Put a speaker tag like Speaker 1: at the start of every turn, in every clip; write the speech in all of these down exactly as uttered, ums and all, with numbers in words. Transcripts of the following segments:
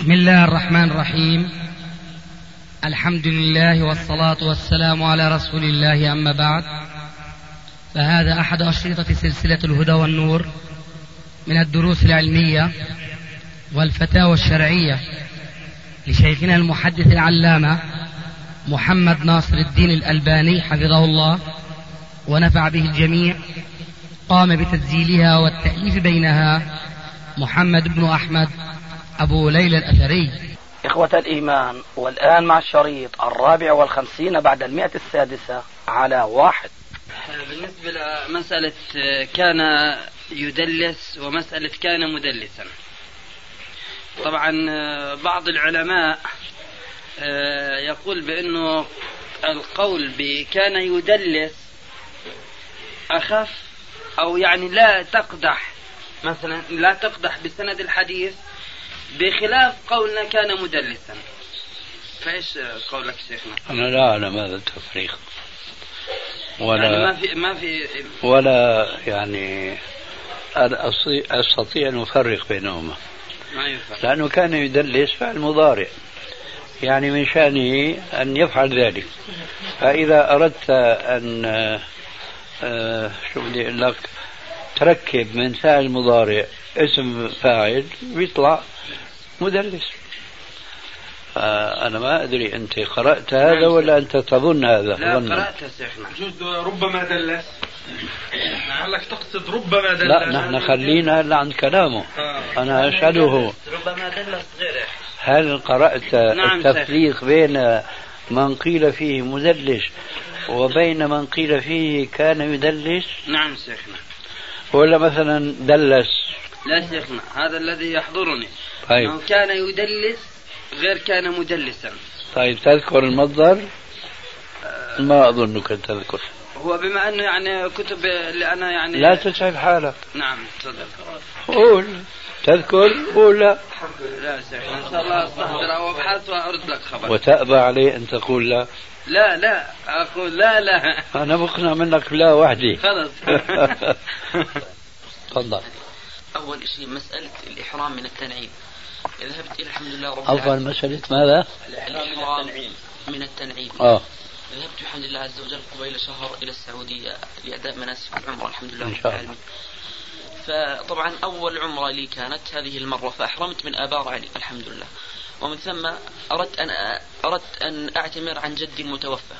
Speaker 1: بسم الله الرحمن الرحيم. الحمد لله والصلاة والسلام على رسول الله، أما بعد، فهذا أحد أشرطة سلسلة الهدى والنور من الدروس العلمية والفتاوى الشرعية لشيخنا المحدث العلامة محمد ناصر الدين الألباني حفظه الله ونفع به الجميع. قام بتسجيلها والتأليف بينها محمد بن أحمد أبو ليلى الأثري.
Speaker 2: إخوة الإيمان، والآن مع الشريط الرابع والخمسين بعد المئة السادسة على واحد.
Speaker 3: بالنسبة لمسألة كان يدلس ومسألة كان مدلسا، طبعا بعض العلماء يقول بأنه القول بكان يدلس أخف، أو يعني لا تقدح، مثلا لا تقدح بسند الحديث، بخلاف قولنا كان مدلسا. فايش قولك شيخنا؟
Speaker 4: أنا لا أعلم هذا التفريق، ولا
Speaker 3: يعني ما في ما في
Speaker 4: ولا يعني أستطيع أن أفرق بينهما،
Speaker 3: ما يفرق.
Speaker 4: لأنه كان يدلس فعل مضارع، يعني من شأنه أن يفعل ذلك. فإذا أردت أن آه شو بدي أقول لك تركب من فاعل مضارع اسم فاعل بيطلع مدلس. أنا ما أدري أنت قرأت هذا ولا أنت تظن هذا؟
Speaker 3: لا قرأت شيخنا.
Speaker 5: جزء ربما دلس، لعلك تقصد ربما دلس.
Speaker 4: لا نحن خلينا هلا عن كلامه. أنا أسأله
Speaker 3: ربما دلس غيره.
Speaker 4: هل قرأت
Speaker 3: نعم
Speaker 4: التفريق سيخ. بين من قيل فيه مدلس وبين من قيل فيه كان يدلس؟
Speaker 3: نعم شيخنا.
Speaker 4: ولا مثلا دلس؟
Speaker 3: لا شيخنا، هذا الذي يحضرني.
Speaker 4: طيب.
Speaker 3: أنه كان يدلس غير كان مدلسا.
Speaker 4: طيب تذكر المصدر؟ أه ما أظنك تذكر.
Speaker 3: هو بما أنه يعني كتب اللي أنا يعني
Speaker 4: لا تتعب حالك.
Speaker 3: نعم تفضل.
Speaker 4: قول تذكر قول لا.
Speaker 3: لا شيخنا، إن شاء الله أستحضر أو أبحث وأرد لك خبر.
Speaker 4: وتأبى عليه أن تقول لا؟
Speaker 3: لا لا أقول لا لا.
Speaker 4: أنا مقنع منك لا وحدي.
Speaker 3: خلاص.
Speaker 4: تفضل.
Speaker 6: أول شيء مسألة الإحرام من التنعيم. ذهبت إلى الحمد لله رب
Speaker 4: العالمين. أول مسألة ماذا؟
Speaker 6: الإحرام من التنعيم.
Speaker 4: آه.
Speaker 6: ذهبت الحمد لله عز وجل قبيل شهر إلى السعودية لأداء مناسك العمرة الحمد لله رب العالمين. فطبعا أول عمرة لي كانت هذه المرة، فأحرمت من آبار علي الحمد لله، ومن ثم أردت أن أردت أن أعتمر عن جدي المتوفى،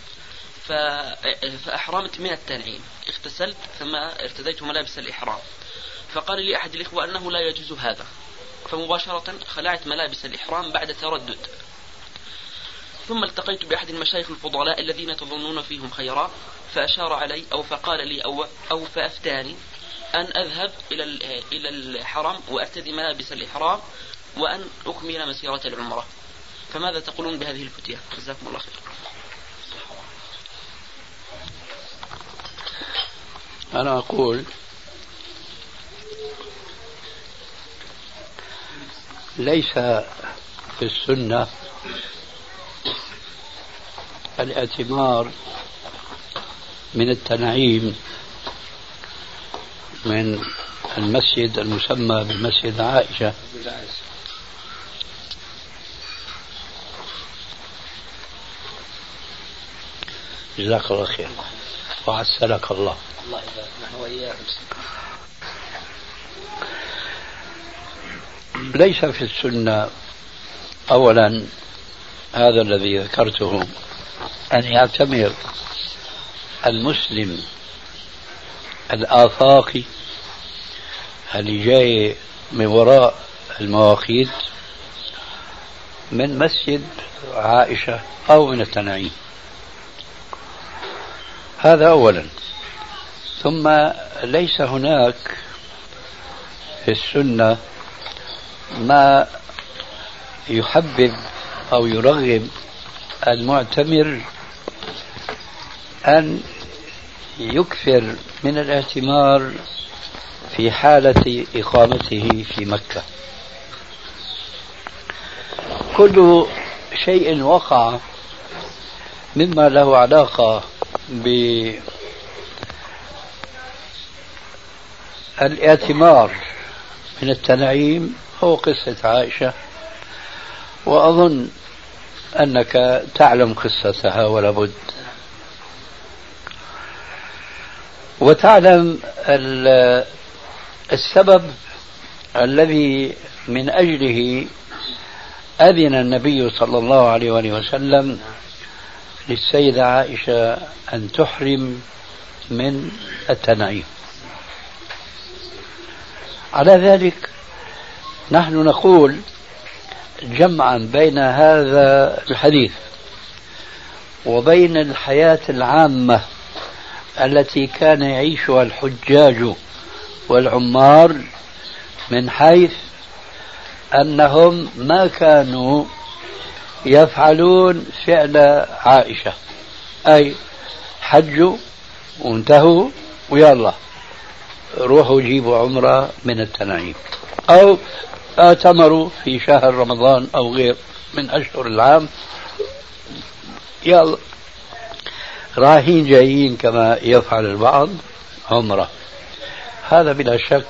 Speaker 6: فأحرمت من التنعيم. اغتسلت ثم ارتديت ملابس الإحرام، فقال لي أحد الإخوة أنه لا يجوز هذا، فمباشرة خلعت ملابس الإحرام بعد تردد. ثم التقيت بأحد المشايخ الفضلاء الذين تظنون فيهم خيرا، فأشار علي أو فقال لي أو, أو فأفتاني أن أذهب إلى إلى الحرم وأرتدي ملابس الإحرام وأن أكمل مسيرة العمرة. فماذا تقولون بهذه الفتية؟ جزاكم الله خير.
Speaker 4: أنا أقول ليس في السنة الاعتمار من التنعيم من المسجد المسمى بمسجد عائشة، جزاك الله خير وعسلك الله.
Speaker 6: الله يبارك نحن وإياكم.
Speaker 4: ليس في السنة أولا هذا الذي ذكرته، أن يعتمر المسلم الآفاقي اللي جاي من وراء المواقيت من مسجد عائشة أو من التنعيم. هذا أولا. ثم ليس هناك في السنة ما يحبب أو يرغب المعتمر أن يكثر من الاعتمار في حالة إقامته في مكة. كل شيء وقع مما له علاقة بالاعتمار من التنعيم هو قصة عائشة وأظن أنك تعلم قصتها ولا بد، وتعلم السبب الذي من أجله أذن النبي صلى الله عليه وسلم للسيدة عائشة أن تحرم من التنعيم. على ذلك نحن نقول جمعا بين هذا الحديث وبين الحياة العامة التي كان يعيشها الحجاج والعمار، من حيث أنهم ما كانوا يفعلون فعل عائشة، أي حجوا وانتهوا ويلا روحوا جيبوا عمرة من التنعيم، أو اعتمروا في شهر رمضان أو غير من أشهر العام، يلا رايحين جايين كما يفعل البعض عمرة. هذا بلا شك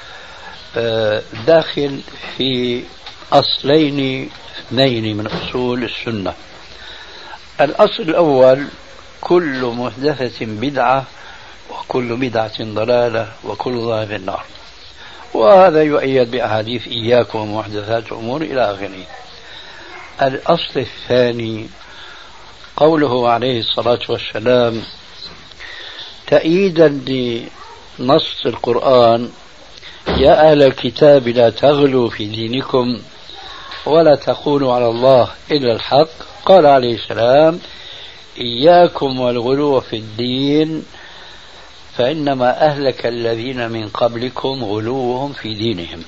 Speaker 4: داخل في أصلين اثنين من أصول السنة. الأصل الأول: كل محدثة بدعة وكل بدعة ضلالة وكل ضلالة في النار، وهذا يؤيد بأحاديث إياكم ومحدثات الأمور إلى آخره. الأصل الثاني قوله عليه الصلاة والسلام تأييدا لنص القرآن: يا أهل الكتاب لا تغلوا في دينكم ولا تقولوا على الله إلا الحق. قال عليه السلام: إياكم والغلو في الدين فإنما أهلك الذين من قبلكم غلوهم في دينهم.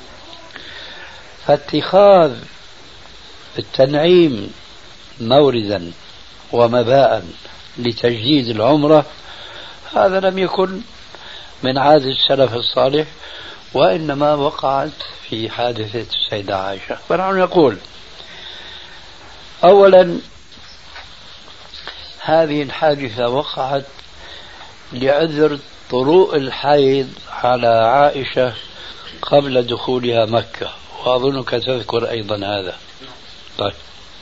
Speaker 4: فاتخاذ التنعيم موردا ومباء لتجديد العمرة هذا لم يكن من عادة السلف الصالح، وإنما وقعت في حادثة السيدة عائشة. فنحن نقول أولا هذه الحادثة وقعت لعذر طروء الحيض على عائشة قبل دخولها مكة، وأظنك تذكر أيضا هذا. طيب،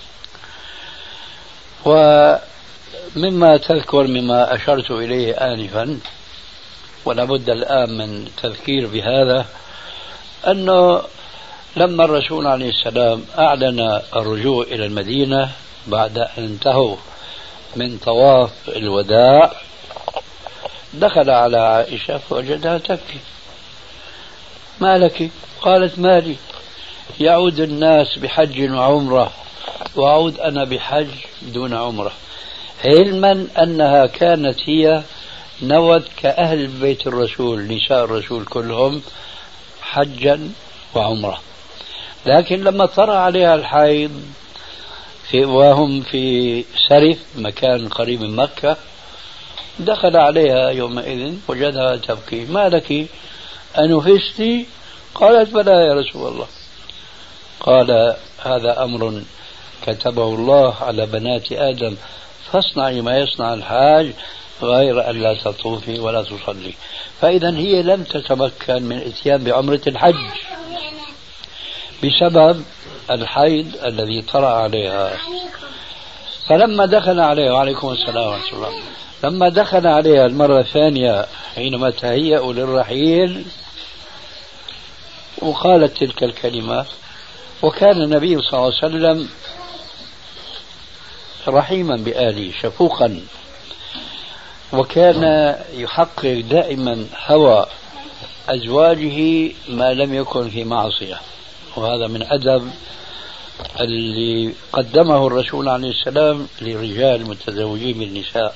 Speaker 4: ومما تذكر مما أشرت إليه آنفا ولا بد الآن من تذكير بهذا، أنه لما الرسول عليه السلام أعلن الرجوع إلى المدينة بعد أن انتهوا من طواف الوداع، دخل على عائشة فوجدها تبكي. ما لك؟ قالت: مالي، يعود الناس بحج وعمرة وأعود أنا بحج دون عمرة، علما أنها كانت هي نوت كأهل بيت الرسول نساء الرسول كلهم حجا وعمرة، لكن لما طرأ عليها الحيض في وهم في سرف مكان قريب من مكة دخل عليها يومئذ وجدها تبكي. ما لك؟ أنفستي؟ قالت: بلى يا رسول الله. قال: هذا أمر كتبه الله على بنات آدم، فاصنعي ما يصنع الحاج غير أن لا تطوفي ولا تصلي. فإذا هي لم تتمكن من الاتيان بعمرة الحج بسبب الحيض الذي طرأ عليها. فلما دخل عليها، وعليكم السلام ورحمة الله، لما دخل عليها المرة الثانية حينما تهيأوا للرحيل وقالت تلك الكلمة، وكان النبي صلى الله عليه وسلم رحيما بآله شفوقا، وكان يحقق دائما هوى أزواجه ما لم يكن في معصية، وهذا من أدب اللي قدمه الرسول عليه السلام للرجال المتزوجين بالنساء.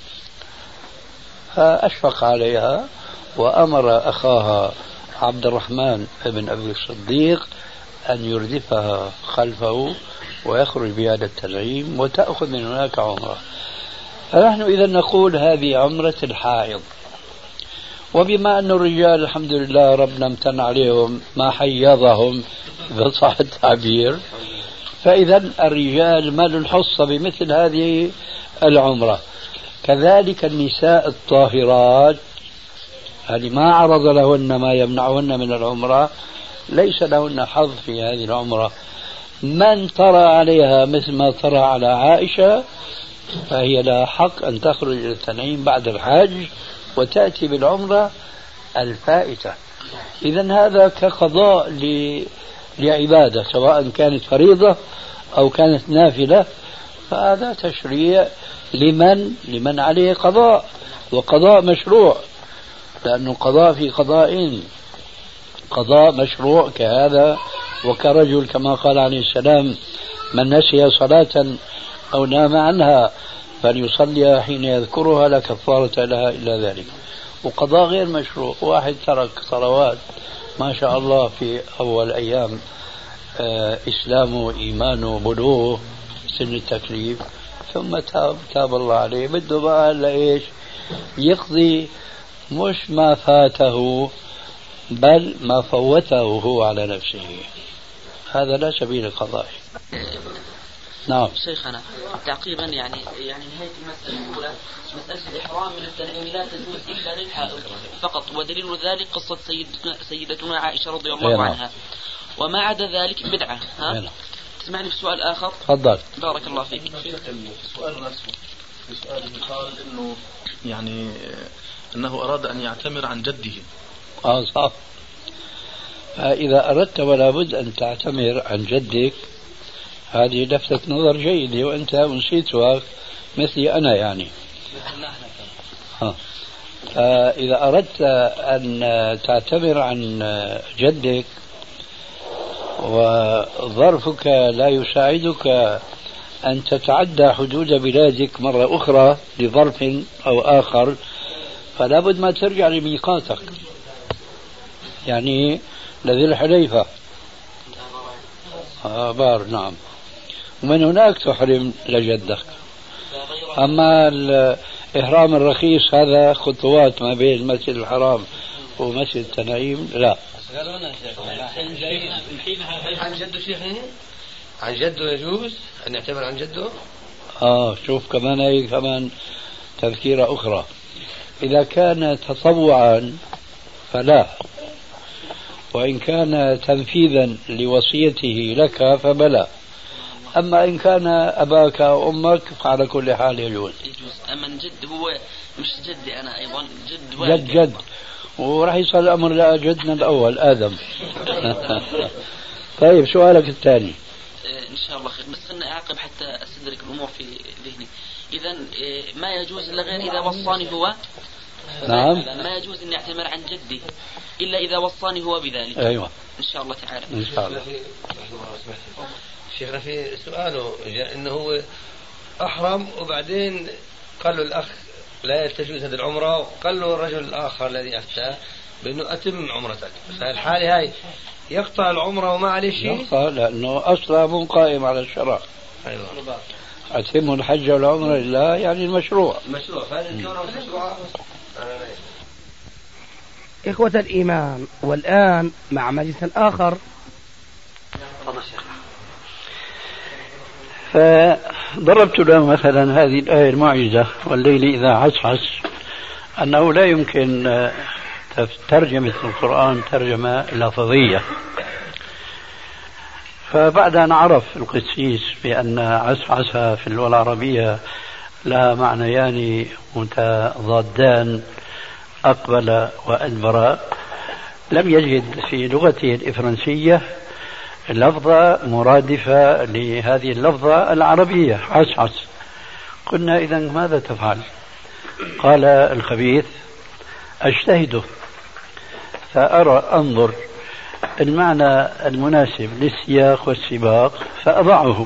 Speaker 4: فأشفق عليها وأمر أخاها عبد الرحمن بن أبي الصديق أن يردفها خلفه ويخرج بهذا التنعيم وتأخذ من هناك عمرة. فنحن إذا نقول هذه عمرة الحائض، وبما أن الرجال الحمد لله ربنا امتن عليهم ما حيضهم بصح التعبير، فإذا الرجال ما لهم حصة بمثل هذه العمرة. كذلك النساء الطاهرات هذه ما عرض لهن ما يمنعهن من العمرة ليس لهن حظ في هذه العمرة، من طرى عليها مثل ما طرى على عائشة فهي لها حق أن تخرج إلى التنعيم بعد الحج وتأتي بالعمرة الفائتة. إذن هذا كقضاء لعبادة سواء كانت فريضة أو كانت نافلة، فهذا تشريع لمن لمن عليه قضاء، وقضاء مشروع، لأنه قضاء في قضاء، قضاء مشروع كهذا وكرجل كما قال عليه السلام: من نسي صلاة أو نام عنها فليصلي حين يذكرها لا كفارة لها إلا ذلك. وقضاء غير مشروع، واحد ترك صلوات ما شاء الله في أول أيام آه إسلامه إيمانه بلوغ سن التكليف، ثم تاب تاب الله عليه، بده بقى لإيش يقضي مش ما فاته بل ما فوته هو على نفسه، هذا لا سبيل القضاء. نعم
Speaker 6: شيخنا تعقيبا يعني يعني نهاية المسألة الأولى مسألة الإحرام من التنعيم لا تجوز إلا للحائض فقط، ودليل ذلك قصة سيدتنا, سيدتنا عائشة رضي الله عنها، وما عدا ذلك بدعة. ها تسمعني في سؤال آخر؟
Speaker 4: تفضل.
Speaker 6: بارك الله فيك.
Speaker 5: السؤال نفسه في سؤاله قال إنه يعني أنه أراد أن يعتمر عن جده.
Speaker 4: آه صح. فإذا أردت ولا بد أن تعتمر عن جدك هذه لفتة نظر جيدة وأنت نسيتها مثلي أنا يعني. ها. فإذا أردت أن تعتمر عن جدك وظرفك لا يساعدك أن تتعدى حدود بلادك مرة أخرى لظرف أو آخر، فلا بد ما ترجع لميقاتك يعني لذي الحليفة آبار. نعم. ومن هناك تحرم لجدك. أما الإحرام الرخيص هذا خطوات ما بين المسجد الحرام ومسجد التنعيم لا.
Speaker 3: عن جده شيخنا عن جده يجوز أن يعتبر عن جده.
Speaker 4: آه شوف كمان هي كمان تذكيرة أخرى. إذا كان تطوعا فلا، وإن كان تنفيذا لوصيته لك فبلا. أما إن كان أباك أو أمك فعلى كل حال يجوز.
Speaker 6: أما الجد هو مش جدي أنا أيضا جد
Speaker 4: جد جد وراح يصل الأمر لجدنا الأول آدم. طيب سؤالك الثاني.
Speaker 6: إن شاء الله خير، بس خلنا أعقب حتى أستدرك الأمور في ذهني. إذا ما يجوز إلا غير إذا وصاني هو.
Speaker 4: نعم.
Speaker 6: ما يجوز أن يعتمر عن جدي إلا إذا وصاني هو بذلك.
Speaker 4: أيوة.
Speaker 6: إن شاء الله تعالى.
Speaker 4: إن شاء الله.
Speaker 3: شيخنا في سؤاله إنه هو أحرم وبعدين قال له الأخ لا تجوز هذه العمرة، وقال له الرجل الآخر الذي أفتى بأنه أتم عمرتك، فالحالة هاي يقطع العمرة وما عليه شيء؟
Speaker 4: يقطع لأنه أصلا مو قائم على الشرع.
Speaker 3: أيوة.
Speaker 4: أتم الحج والعمرة لله يعني المشروع.
Speaker 3: المشروع فهذا الكون مشروع.
Speaker 2: إخوة الإيمان، والآن مع مجلس آخر.
Speaker 4: فضربت له مثلا هذه الآية المعجزة والليل إذا عسعس، أنه لا يمكن ترجمة القرآن ترجمة لفظية. فبعد أن عرف القسيس بأن عسعس في اللغة العربية لها معنيان متضادان أقبل وأدبر، لم يجد في لغته الإفرنسية لفظة مرادفة لهذه اللفظة العربية عسعس. قلنا إذن ماذا تفعل؟ قال الخبيث أجتهد فأرى أنظر المعنى المناسب للسياق والسباق فأضعه.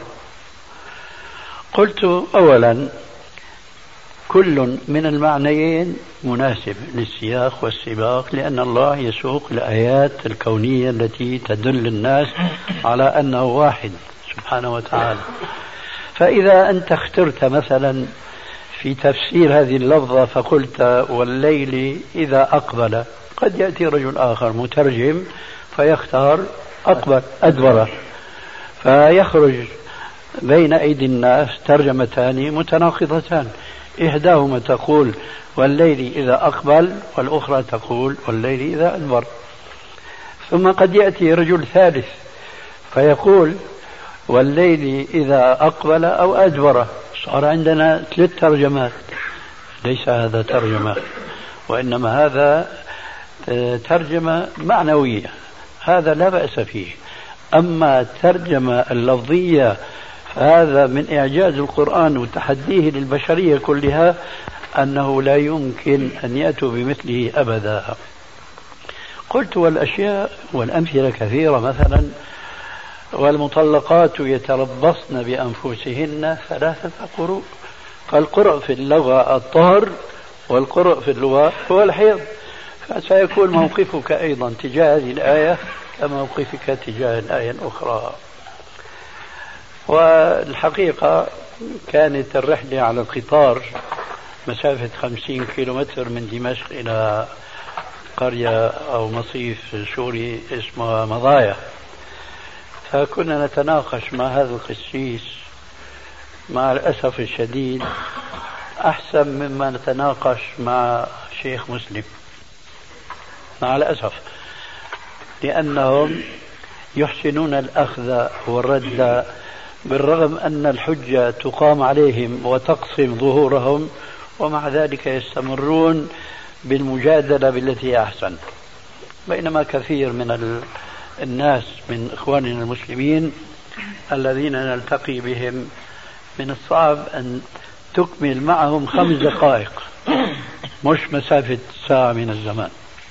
Speaker 4: قلت أولا كل من المعنيين مناسب للسياق والسباق، لأن الله يسوق الآيات الكونية التي تدل الناس على أنه واحد سبحانه وتعالى. فإذا أنت اخترت مثلا في تفسير هذه اللفظة فقلت والليل إذا أقبل، قد يأتي رجل آخر مترجم فيختار أقبل أدبر، فيخرج بين أيدي الناس ترجمتان متناقضتان، إحداهما تقول والليل إذا أقبل والأخرى تقول والليل إذا أدبر. ثم قد يأتي رجل ثالث فيقول والليل إذا أقبل أو أدبر. صار عندنا ثلاث ترجمات. ليس هذا ترجمة، وإنما هذا ترجمة معنوية، هذا لا بأس فيه. أما الترجمة اللفظية هذا من إعجاز القرآن وتحديه للبشرية كلها أنه لا يمكن أن يأتوا بمثله أبدا. قلت والأشياء والأمثلة كثيرة، مثلا والمطلقات يتربصن بأنفسهن ثلاثة قروء. فالقرء في اللغة الطهر، والقرء في اللغة هو الحيض. فسيكون موقفك أيضا تجاه هذه الآية كموقفك تجاه الآية الأخرى. والحقيقة كانت الرحلة على القطار مسافة خمسين كيلومتر من دمشق إلى قرية أو مصيف سوري اسمها مضايا، فكنا نتناقش مع هذا القسيس. مع الأسف الشديد أحسن مما نتناقش مع شيخ مسلم، مع الأسف، لأنهم يحسنون الأخذ والرد بالرغم أن الحجة تقام عليهم وتقسم ظهورهم، ومع ذلك يستمرون بالمجادلة بالتي أحسن. بينما كثير من الناس من إخواننا المسلمين الذين نلتقي بهم من الصعب أن تكمل معهم خمس دقائق، مش مسافة ساعة من الزمان.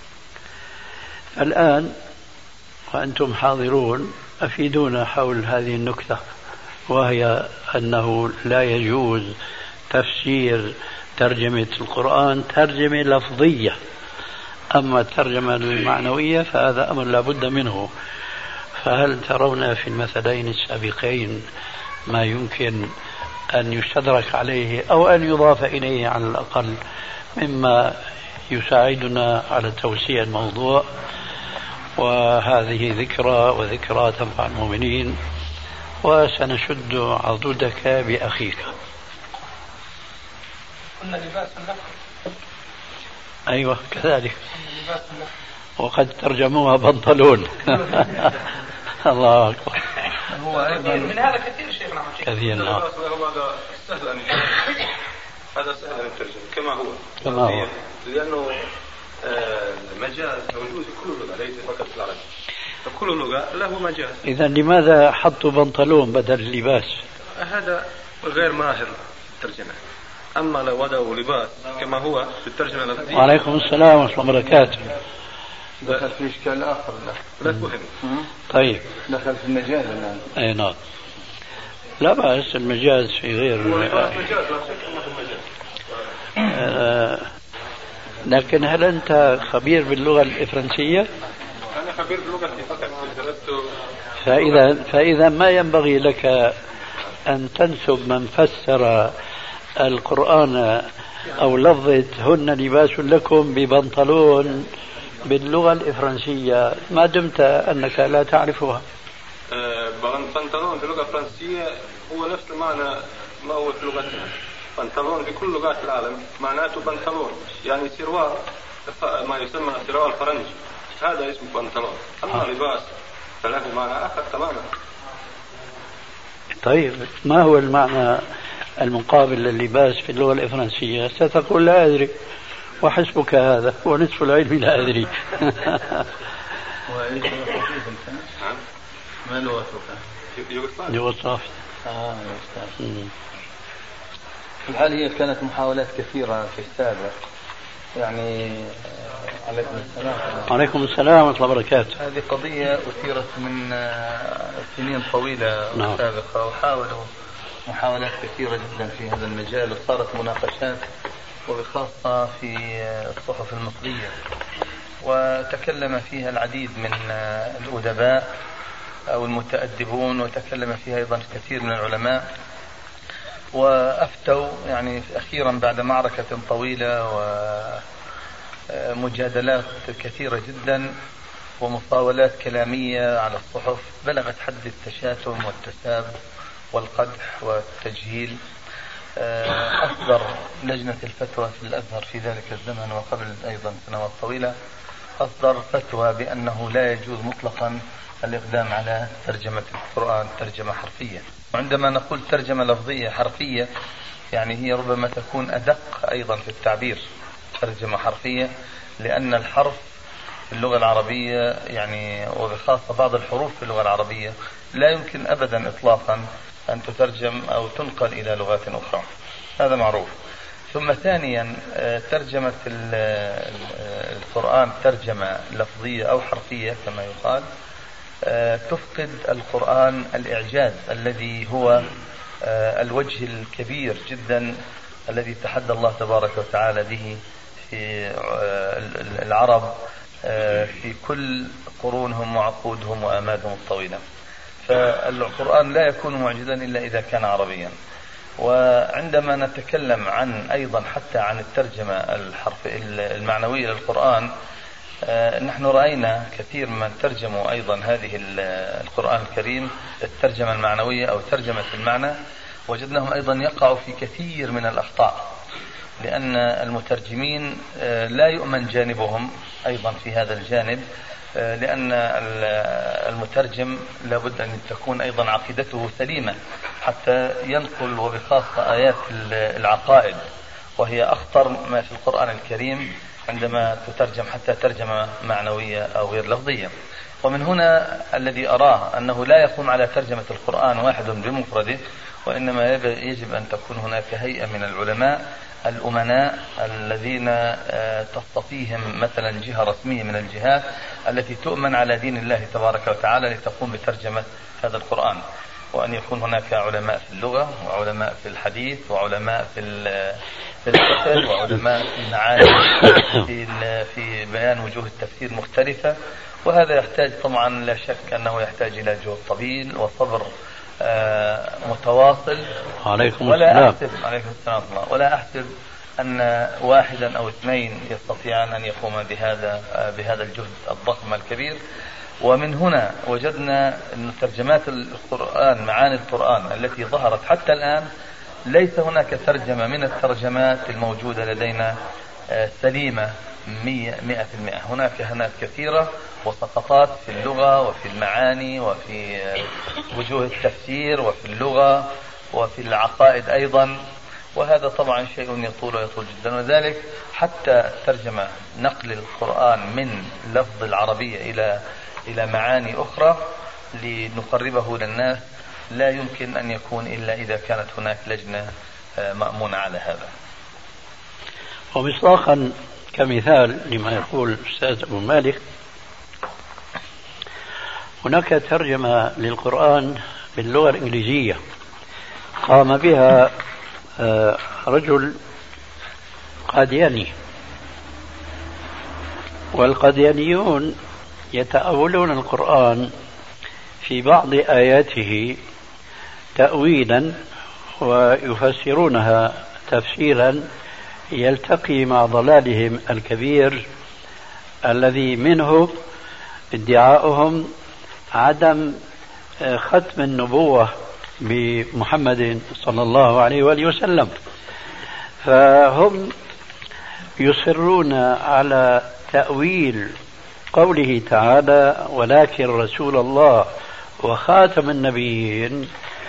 Speaker 4: الآن وأنتم حاضرون أفيدونا حول هذه النكتة، وهي أنه لا يجوز تفسير ترجمة القرآن ترجمة لفظية، أما الترجمة المعنوية فهذا أمر لا بد منه. فهل ترون في المثلين السابقين ما يمكن أن يستدرك عليه أو أن يضاف إليه على الأقل مما يساعدنا على توسيع الموضوع؟ وهذه ذكرى، وذكرى تنفع المؤمنين. وسنشد عضدك بأخيك.
Speaker 3: قلنا لباس اللحم.
Speaker 4: أيوة كذلك، وقد ترجموها بنطلون. الله أكبر.
Speaker 3: هو أيضا من هذا كثير شيخنا
Speaker 4: كثير. نعم.
Speaker 5: هذا سهل أن هذا سهل أن يترجم كما هو
Speaker 4: كما هو
Speaker 5: لأنه المجاز موجود في كل لغة ليس فقط في العربية، فكل لغة له مجاز.
Speaker 4: إذا لماذا حطوا بنطلون بدل اللباس؟
Speaker 5: هذا غير ماهر الترجمة. أما لو وضعوا لباس كما هو في الترجمة اللفظية.
Speaker 4: وعليكم السلام ورحمة الله وبركاته.
Speaker 7: دخل في إشكال آخر.
Speaker 5: لا فهم.
Speaker 4: طيب
Speaker 7: دخل في المجاز الآن.
Speaker 4: أي نعم، لا بأس المجاز في غير
Speaker 5: مجاز، لا شك أنه مجاز.
Speaker 4: آه لكن هل أنت خبير باللغة الفرنسية؟
Speaker 5: أنا خبير بلغتي فقط، درست.
Speaker 4: فإذا فإذا ما ينبغي لك أن تنسب من فسر القرآن أو لفظة هن لباس لكم ببنطلون باللغة الفرنسية ما دمت أنك لا تعرفها.
Speaker 5: بنطلون في اللغة الفرنسية هو نفس المعنى ما هو في لغتنا. بنطلون في كل لغات العالم معناته بنطلون، يعني سروال، ما يسمى سروال فرنجي، هذا اسمه بنطلون. أما لباس فله معنى آخر تماما.
Speaker 4: طيب ما هو المعنى المقابل لللباس في اللغة الفرنسية؟ ستقول لا أدري، وحسبك هذا ونصف العلم لا أدري.
Speaker 7: ما لغتك؟
Speaker 4: يوغوسلافيا.
Speaker 7: آه يوغوسلافيا. في الحال هي كانت محاولات كثيرة في السابق، يعني عليكم السلام.
Speaker 4: عليكم السلام ورحمة الله وبركاته.
Speaker 7: هذه قضية أثيرت من سنين طويلة
Speaker 4: نعم.
Speaker 7: سابقة، وحاولوا محاولات كثيرة جدا في هذا المجال، وصارت مناقشات وبخاصة في الصحف المصرية، وتكلم فيها العديد من الأدباء أو المتأدبون، وتكلم فيها أيضا كثير من العلماء، وأفتوا يعني أخيرا بعد معركة طويلة ومجادلات كثيرة جدا ومطاولات كلامية على الصحف بلغت حد التشاتم والتساب والقدح والتجهيل. أصدر لجنة الفتوى في الأزهر في ذلك الزمن وقبل أيضا سنوات طويلة أصدر فتوى بأنه لا يجوز مطلقا الإقدام على ترجمة القرآن ترجمة حرفية. وعندما نقول ترجمة لفظية حرفية يعني هي ربما تكون أدق أيضا في التعبير ترجمة حرفية، لأن الحرف في اللغة العربية يعني وبخاصة بعض الحروف في اللغة العربية لا يمكن أبدا إطلاقا أن تترجم أو تنقل إلى لغات أخرى، هذا معروف. ثم ثانيا ترجمة القرآن ترجمة لفظية أو حرفية كما يقال تفقد القرآن الإعجاز الذي هو الوجه الكبير جدا الذي تحدى الله تبارك وتعالى به في العرب في كل قرونهم وعقودهم وآمادهم الطويلة. فالقرآن لا يكون معجزا إلا إذا كان عربيا. وعندما نتكلم عن أيضا حتى عن الترجمة الحرف المعنوية للقرآن، نحن رأينا كثير من ترجموا أيضا هذه القرآن الكريم الترجمة المعنوية أو ترجمة المعنى، وجدناهم أيضا يقعوا في كثير من الأخطاء، لأن المترجمين لا يؤمن جانبهم أيضا في هذا الجانب، لأن المترجم لابد أن تكون أيضا عقيدته سليمة حتى ينقل وبخاصة آيات العقائد، وهي أخطر ما في القرآن الكريم عندما تترجم حتى ترجمة معنوية أو غير لفظية. ومن هنا الذي أراه أنه لا يقوم على ترجمة القرآن واحد بمفرده، وإنما يجب أن تكون هناك هيئة من العلماء الأمناء الذين تصطفيهم مثلا جهة رسمية من الجهات التي تؤمن على دين الله تبارك وتعالى لتقوم بترجمة هذا القرآن، وأن يكون هناك علماء في اللغة وعلماء في الحديث وعلماء في في الفقه وعلماء في المعاني في في بيان وجوه التفسير مختلفة. وهذا يحتاج طبعا لا شك أنه يحتاج إلى جهد طويل وصبر آه متواصل.
Speaker 4: عليكم
Speaker 7: ولا
Speaker 4: السلام.
Speaker 7: أحسب عليكم السلام ولا أحسب أن واحدا أو اثنين يستطيعان أن يقوم بهذا آه بهذا الجهد الضخم الكبير. ومن هنا وجدنا أن ترجمات القرآن معاني القرآن التي ظهرت حتى الآن ليس هناك ترجمة من الترجمات الموجودة لدينا آه سليمة مئة مئة في المئة. هناك هناك كثيرة وسقطات في اللغة وفي المعاني وفي وجوه التفسير وفي اللغة وفي العقائد أيضا، وهذا طبعا شيء يطول ويطول جدا. وذلك حتى ترجمة نقل القرآن من لفظ العربية إلى إلى معاني أخرى لنقربه للناس لا يمكن أن يكون إلا إذا كانت هناك لجنة مأمونة على هذا.
Speaker 4: ومصداقا كمثال لما يقول الأستاذ أبو مالك، هناك ترجمة للقرآن باللغة الإنجليزية قام بها رجل قادياني، والقاديانيون يتأولون القرآن في بعض آياته تأويلا ويفسرونها تفسيرا يلتقي مع ضلالهم الكبير الذي منه ادعاؤهم عدم ختم النبوة بمحمد صلى الله عليه وآله وسلم. فهم يصرون على تأويل قوله تعالى ولكن رسول الله وخاتم النبيين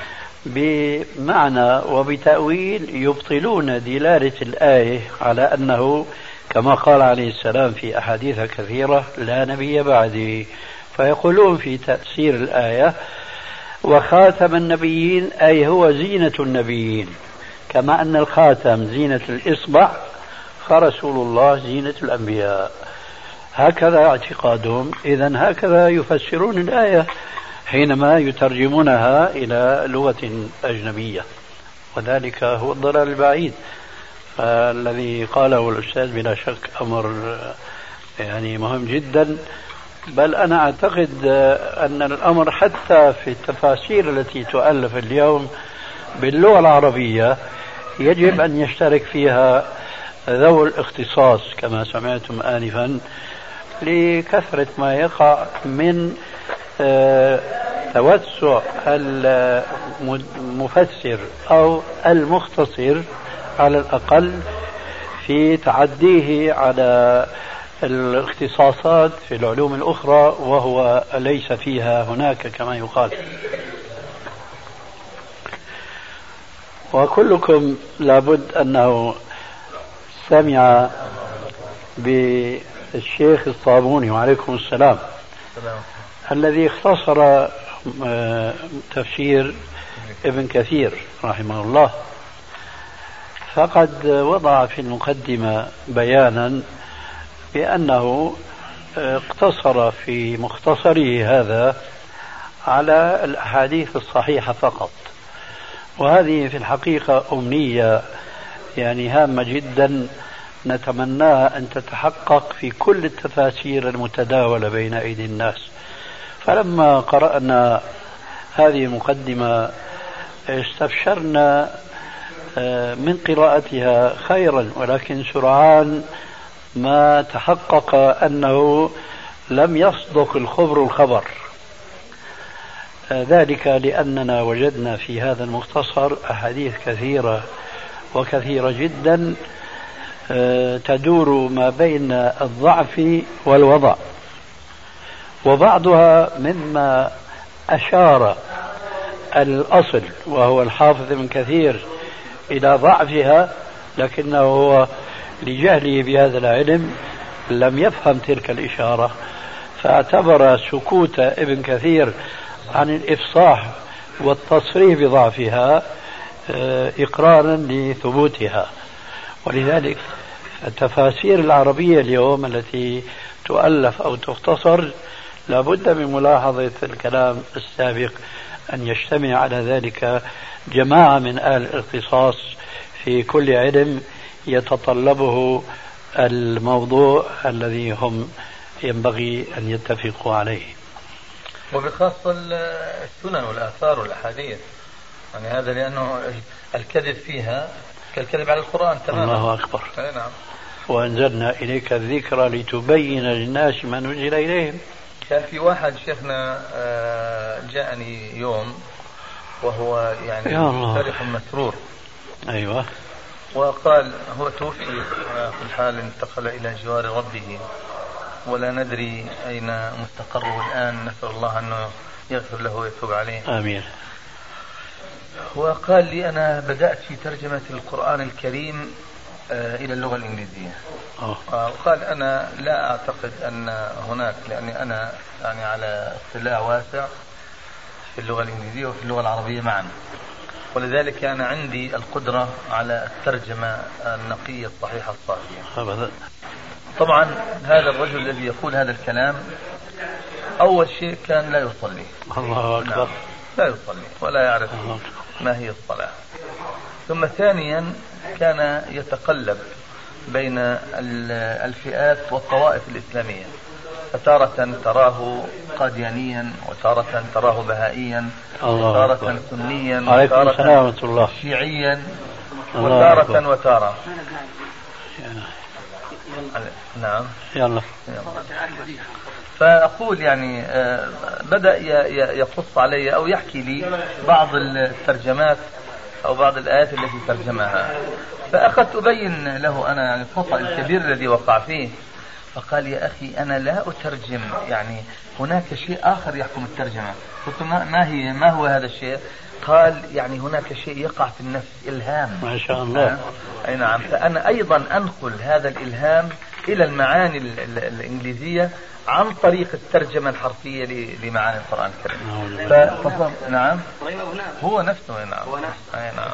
Speaker 4: بمعنى وبتأويل يبطلون دلالة الآية على أنه كما قال عليه السلام في أحاديث كثيرة لا نبي بعدي، فيقولون في تفسير الآية وخاتم النبيين أي هو زينة النبيين، كما أن الخاتم زينة الإصبع فرسول الله زينة الأنبياء. هكذا اعتقادهم. إذن هكذا يفسرون الآية حينما يترجمونها إلى لغة أجنبية، وذلك هو الضلال البعيد الذي قاله الأستاذ بلا شك أمر يعني مهم جدا. بل أنا أعتقد أن الأمر حتى في التفاسير التي تؤلف اليوم باللغة العربية يجب أن يشترك فيها ذوي الاختصاص كما سمعتم آنفا، لكثرة ما يقع من توسع المفسر أو المختصر على الأقل في تعديه على الاختصاصات في العلوم الأخرى وهو ليس فيها هناك كما يقال. وكلكم لابد أنه سمع بالشيخ الصابوني وعليكم السلام الذي اختصر تفسير ابن كثير رحمه الله، فقد وضع في المقدمة بيانا بأنه اقتصر في مختصره هذا على الأحاديث الصحيحة فقط، وهذه في الحقيقة أمنية يعني هامة جدا نتمناها أن تتحقق في كل التفاسير المتداولة بين أيدي الناس. فلما قرأنا هذه المقدمة استبشرنا من قراءتها خيرا، ولكن سرعان ما تحقق أنه لم يصدق الخبر الخبر، ذلك لأننا وجدنا في هذا المختصر أحاديث كثيرة وكثيرة جدا تدور ما بين الضعف والوضع، وبعضها مما أشار الأصل وهو الحافظ ابن كثير إلى ضعفها، لكنه هو لجهله بهذا العلم لم يفهم تلك الإشارة، فاعتبر سكوت ابن كثير عن الإفصاح والتصريح بضعفها إقرارا لثبوتها. ولذلك التفاسير العربية اليوم التي تؤلف أو تختصر لابد من ملاحظة الكلام السابق أن يجتمع على ذلك جماعة من أهل الاختصاص في كل علم يتطلبه الموضوع الذي هم ينبغي أن يتفقوا عليه.
Speaker 7: وبخاصة السنن والآثار والأحاديث، يعني هذا لأنه الكذب فيها كالكذب على القرآن تماما.
Speaker 4: الله أكبر.
Speaker 7: نعم.
Speaker 4: وأنزلنا إليك الذكر لتبين للناس ما نزل إليهم.
Speaker 7: كان في واحد شيخنا جاءني يوم وهو يعني فرح مسرور.
Speaker 4: أيوة.
Speaker 7: وقال هو توفي في الحال انتقل إلى جوار ربه ولا ندري أين مستقره الآن، نسأل الله أنه يغفر له ويتوب عليه.
Speaker 4: آمين.
Speaker 7: وقال لي أنا بدأت في ترجمة القرآن الكريم إلى اللغة الإنجليزية.
Speaker 4: أوه.
Speaker 7: وقال أنا لا أعتقد أن هناك، لأني أنا يعني على اطلاع واسع في اللغة الإنجليزية وفي اللغة العربية معا، ولذلك أنا عندي القدرة على الترجمة النقية الصحيحة الصافية.
Speaker 4: أبدا.
Speaker 7: طبعا هذا الرجل الذي يقول هذا الكلام أول شيء كان لا يصلي.
Speaker 4: الله أكبر.
Speaker 7: نعم. لا يصلي ولا يعرف ما هي الصلاة. ثم ثانيا كان يتقلب بين الفئات والطوائف الإسلامية، فتارة تراه قاديانيا وتارة تراه بهائيا وتارة سنيا وتارة شيعيا وتارة وتارة. نعم.
Speaker 4: يلا.
Speaker 7: فأقول يعني بدأ يقص علي أو يحكي لي بعض الترجمات أو بعض الآيات التي ترجمها، فأخذت أبين له أنا يعني الخطأ الكبير الذي وقع فيه. فقال يا أخي أنا لا أترجم، يعني هناك شيء آخر يحكم الترجمة. قلت ما هي ما هو هذا الشيء؟ قال يعني هناك شيء يقع في النفس، إلهام.
Speaker 4: ما شاء الله.
Speaker 7: أي نعم. فأنا أيضا أنقل هذا الإلهام إلى المعاني الإنجليزية عن طريق الترجمة الحرفية لمعاني القرآن الكريم. ففضل. نعم. هو نفسه. نعم. أي نعم.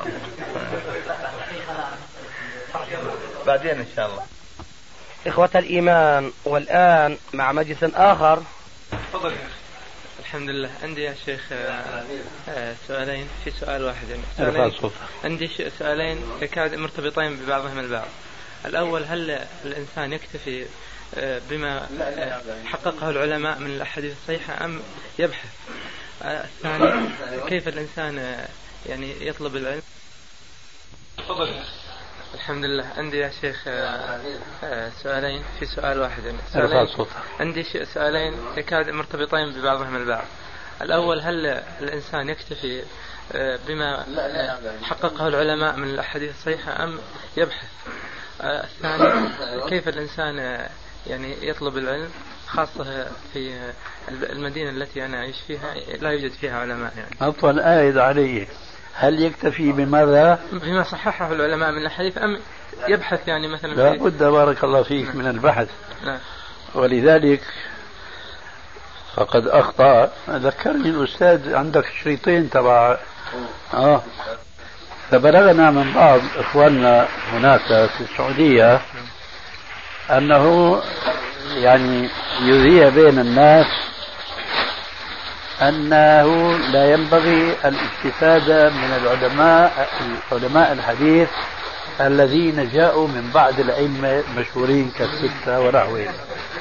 Speaker 7: بعدين إن شاء الله.
Speaker 2: إخوة الإيمان، والآن مع مجلس آخر.
Speaker 8: تفضل. الحمد لله. عندي يا شيخ سؤالين في سؤال واحد يعني. سؤالين. عندي سؤالين يكاد مرتبطين ببعضهم البعض. الأول هل الإنسان يكتفي بما حققه العلماء من الأحاديث الصحيحة أم يبحث؟ الثاني كيف الإنسان يعني يطلب العلم؟ تفضل. الحمد لله. عندي يا شيخ سؤالين في سؤال واحد يعني. سؤالين. عندي سؤالين يكاد مرتبطين ببعضهم البعض. الأول هل الإنسان يكتفي بما حققه العلماء من الأحاديث الصحيحة أم يبحث؟ الثاني كيف الإنسان يعني يطلب العلم، خاصة في المدينة التي أنا أعيش فيها لا يوجد فيها علماء يعني.
Speaker 4: عفوا آيد عليه، هل يكتفي بماذا؟
Speaker 8: بما صححه العلماء من الحديث أم يبحث يعني مثلا؟
Speaker 4: لا بد بارك الله فيك من البحث.
Speaker 8: لا.
Speaker 4: ولذلك فقد أخطأ. ذكرني الأستاذ عندك شريطين تبع آه فبلغنا من بعض إخواننا هناك في السعودية أنه يعني يذيع بين الناس أنه لا ينبغي الاستفادة من العلماء علماء الحديث الذين جاءوا من بعد الأئمة المشهورين كالستة ونحوهم.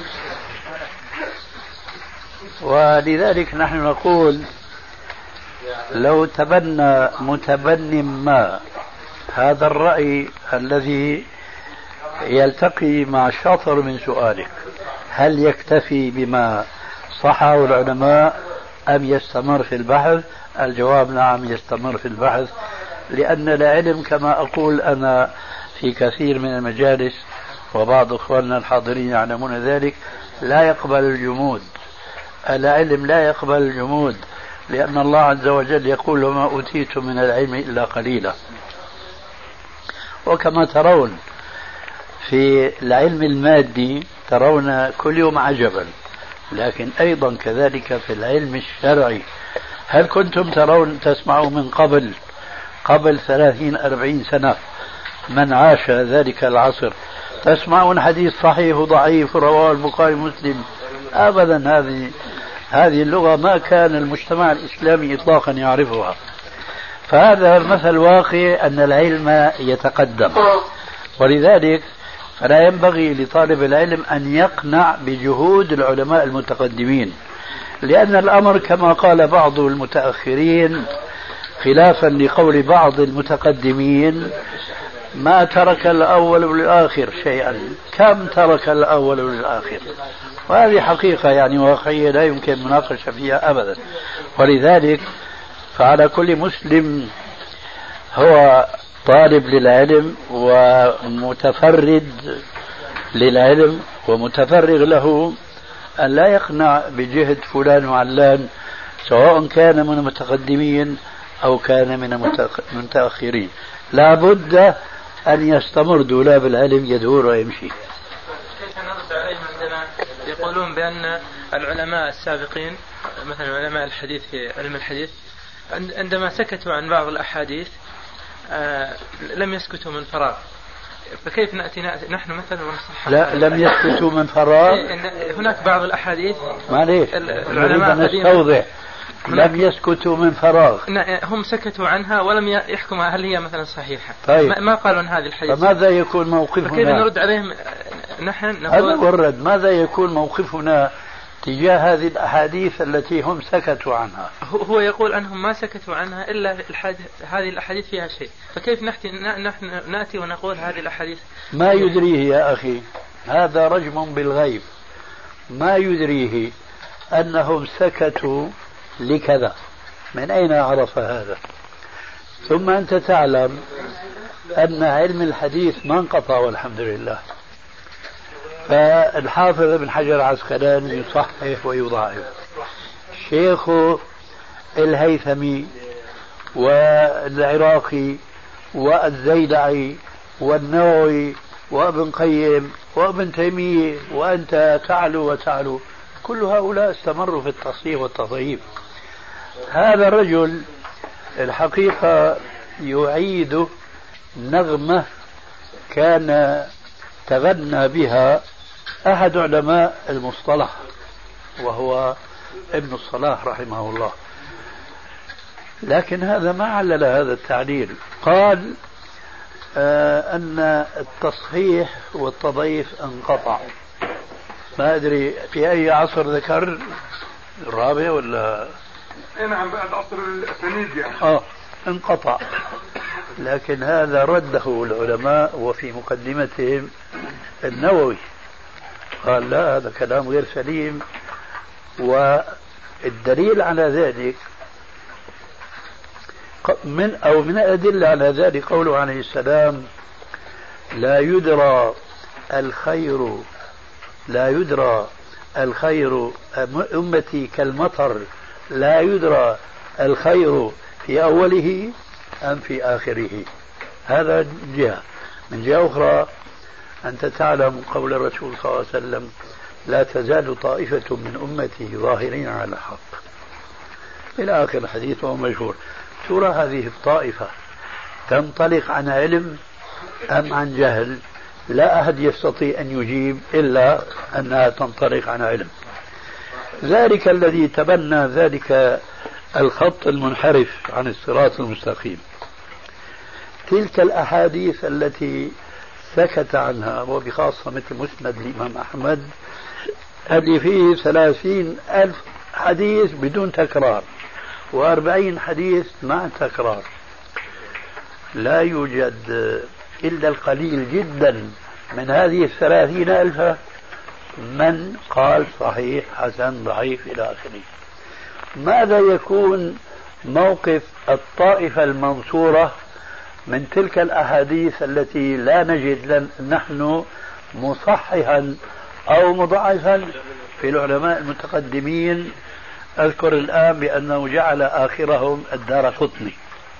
Speaker 4: ولذلك نحن نقول لو تبنى متبن ما هذا الرأي الذي يلتقي مع شطر من سؤالك، هل يكتفي بما صححه العلماء أم يستمر في البحث؟ الجواب نعم، يستمر في البحث، لأن العلم كما أقول أنا في كثير من المجالس وبعض أخواننا الحاضرين يعلمون ذلك، لا يقبل الجمود. العلم لا يقبل الجمود، لأن الله عز وجل يقول وما أوتيتم من العلم إلا قليلا. وكما ترون في العلم المادي ترون كل يوم عجبا، لكن أيضا كذلك في العلم الشرعي. هل كنتم ترون تسمعوا من قبل قبل ثلاثين أربعين سنة من عاش ذلك العصر تسمعون حديث صحيح وضعيف رواه البخاري ومسلم؟ أبدا. هذه هذه اللغة ما كان المجتمع الإسلامي إطلاقا يعرفها. فهذا مثل واقع أن العلم يتقدم، ولذلك فلا ينبغي لطالب العلم أن يقنع بجهود العلماء المتقدمين، لأن الأمر كما قال بعض المتأخرين خلافا لقول بعض المتقدمين ما ترك الأول والآخر شيئا، كم ترك الأول والآخر، وهذه حقيقة يعني واقعية لا يمكن مناقشة فيها أبدا. ولذلك فعلى كل مسلم هو طالب للعلم ومتفرد للعلم ومتفرغ له أن لا يقنع بجهد فلان وعلان، سواء كان من المتقدمين أو كان من المتأخرين. لا بد أن يستمر دولاب العلم يدور ويمشي.
Speaker 8: كيف نرد عليهم عندما يقولون بأن العلماء السابقين مثلا علماء الحديث في علم الحديث عندما سكتوا عن بعض الأحاديث آه لم يسكتوا من فراغ، فكيف نأتي نحن مثلا ونصحح؟
Speaker 4: لا لم يسكتوا من فراغ.
Speaker 8: هناك بعض الأحاديث
Speaker 4: معليش العلماء نستوضح لم يسكتوا من فراغ،
Speaker 8: هم سكتوا عنها ولم يحكموا هل هي مثلا صحيحة.
Speaker 4: طيب.
Speaker 8: ما قالوا عن هذه الحديث،
Speaker 4: فماذا يكون موقفنا؟
Speaker 8: كيف نرد عليهم نحن؟
Speaker 4: هذا ورد ماذا يكون موقفنا تجاه هذه الأحاديث التي هم سكتوا عنها؟
Speaker 8: هو يقول أنهم ما سكتوا عنها إلا الحديث هذه الأحاديث فيها شيء، فكيف نحن نأتي ونقول هذه الأحاديث؟
Speaker 4: ما يدريه يا أخي، هذا رجم بالغيب، ما يدريه أنهم سكتوا لكذا، من أين عرف هذا؟ ثم أنت تعلم أن علم الحديث ما انقطع والحمد لله. فالحافظ ابن حجر العسقلاني يصحح ويضاعف، شيخ الهيثمي والعراقي والزيدعي والنووي وابن قيم وابن تيمية وأنت تعلو وتعلو، كل هؤلاء استمروا في التصحيح والتضعيف. هذا الرجل الحقيقة يعيد نغمة كان تغنى بها أحد علماء المصطلح وهو ابن الصلاح رحمه الله، لكن هذا ما علل هذا التعليل. قال آه أن التصحيح والتضعيف انقطع. ما أدري في أي عصر ذكر، الرابع ولا؟
Speaker 9: نعم بعد عصر الأسانيد يعني.
Speaker 4: آه انقطع، لكن هذا رده العلماء وفي مقدمتهم النووي قال لا هذا كلام غير سليم. والدليل على ذلك من أو من الأدلة على ذلك قوله عليه السلام لا يدرى الخير
Speaker 10: لا يدرى الخير أمتي كالمطر لا يدرى الخير في أوله أم في آخره. هذا جهة. من جهة أخرى أنت تعلم قول الرسول صلى الله عليه وسلم لا تزال طائفة من أمتي ظاهرين على الحق إلى آخر الحديث وهو مشهور. ترى هذه الطائفة تنطلق عن علم أم عن جهل؟ لا أحد يستطيع أن يجيب إلا أنها تنطلق عن علم. ذلك الذي تبنى ذلك الخط المنحرف عن الصراط المستقيم تلك الأحاديث التي سكت عنها، وبخاصة مثل مسند الإمام أحمد اللي فيه ثلاثين ألف حديث بدون تكرار وأربعين حديث مع تكرار. لا يوجد إلا القليل جدا من هذه الثلاثين ألف من قال صحيح حسن ضعيف إلى آخره. ماذا يكون موقف الطائفة المنصورة من تلك الأحاديث التي لا نجد نحن مصححا أو مضاعفا في العلماء المتقدمين؟ أذكر الآن بأنه جعل آخرهم الدارقطني.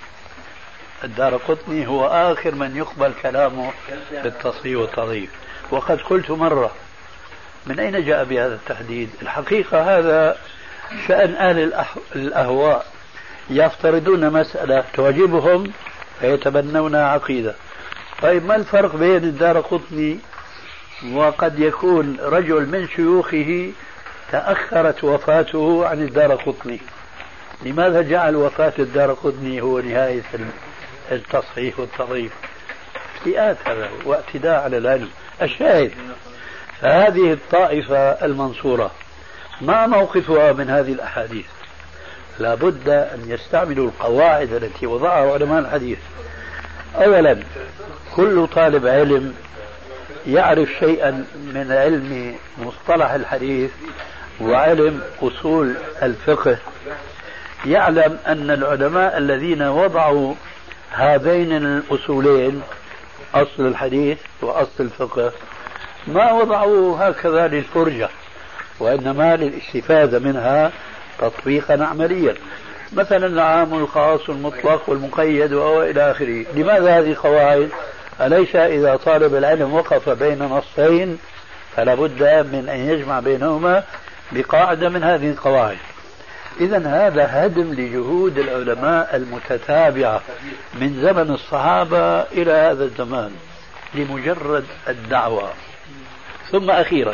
Speaker 10: الدارقطني هو آخر من يقبل كلامه بالتصحيح والتضعيف. وقد قلت مرة من أين جاء بهذا التحديد؟ الحقيقة هذا شأن أهل الأهواء، يفترضون مسألة تعجبهم فيتبنون عقيدة. طيب ما الفرق بين الدارقطني وقد يكون رجل من شيوخه تأخرت وفاته عن الدارقطني؟ لماذا جعل وفاة الدارقطني هو نهاية التصحيح والتضعيف؟ افتئات هذا واعتداء على العلم. الشاهد فهذه الطائفة المنصورة ما موقفها من هذه الأحاديث؟ لابد أن يستعملوا القواعد التي وضعها علماء الحديث. أولا كل طالب علم يعرف شيئا من علم مصطلح الحديث وعلم أصول الفقه يعلم أن العلماء الذين وضعوا هذين الأصولين أصل الحديث وأصل الفقه ما وضعوا هكذا للفرجة، وإنما للاستفادة منها تطبيقا عمليا. مثلا العام والخاص والمطلق والمقيد وإلى آخره. لماذا هذه القواعد؟ أليس إذا طالب العلم وقف بين نصين فلا بد من أن يجمع بينهما بقاعدة من هذه القواعد. إذن هذا هدم لجهود العلماء المتتابعة من زمن الصحابة إلى هذا الزمان لمجرد الدعوة. ثم أخيرا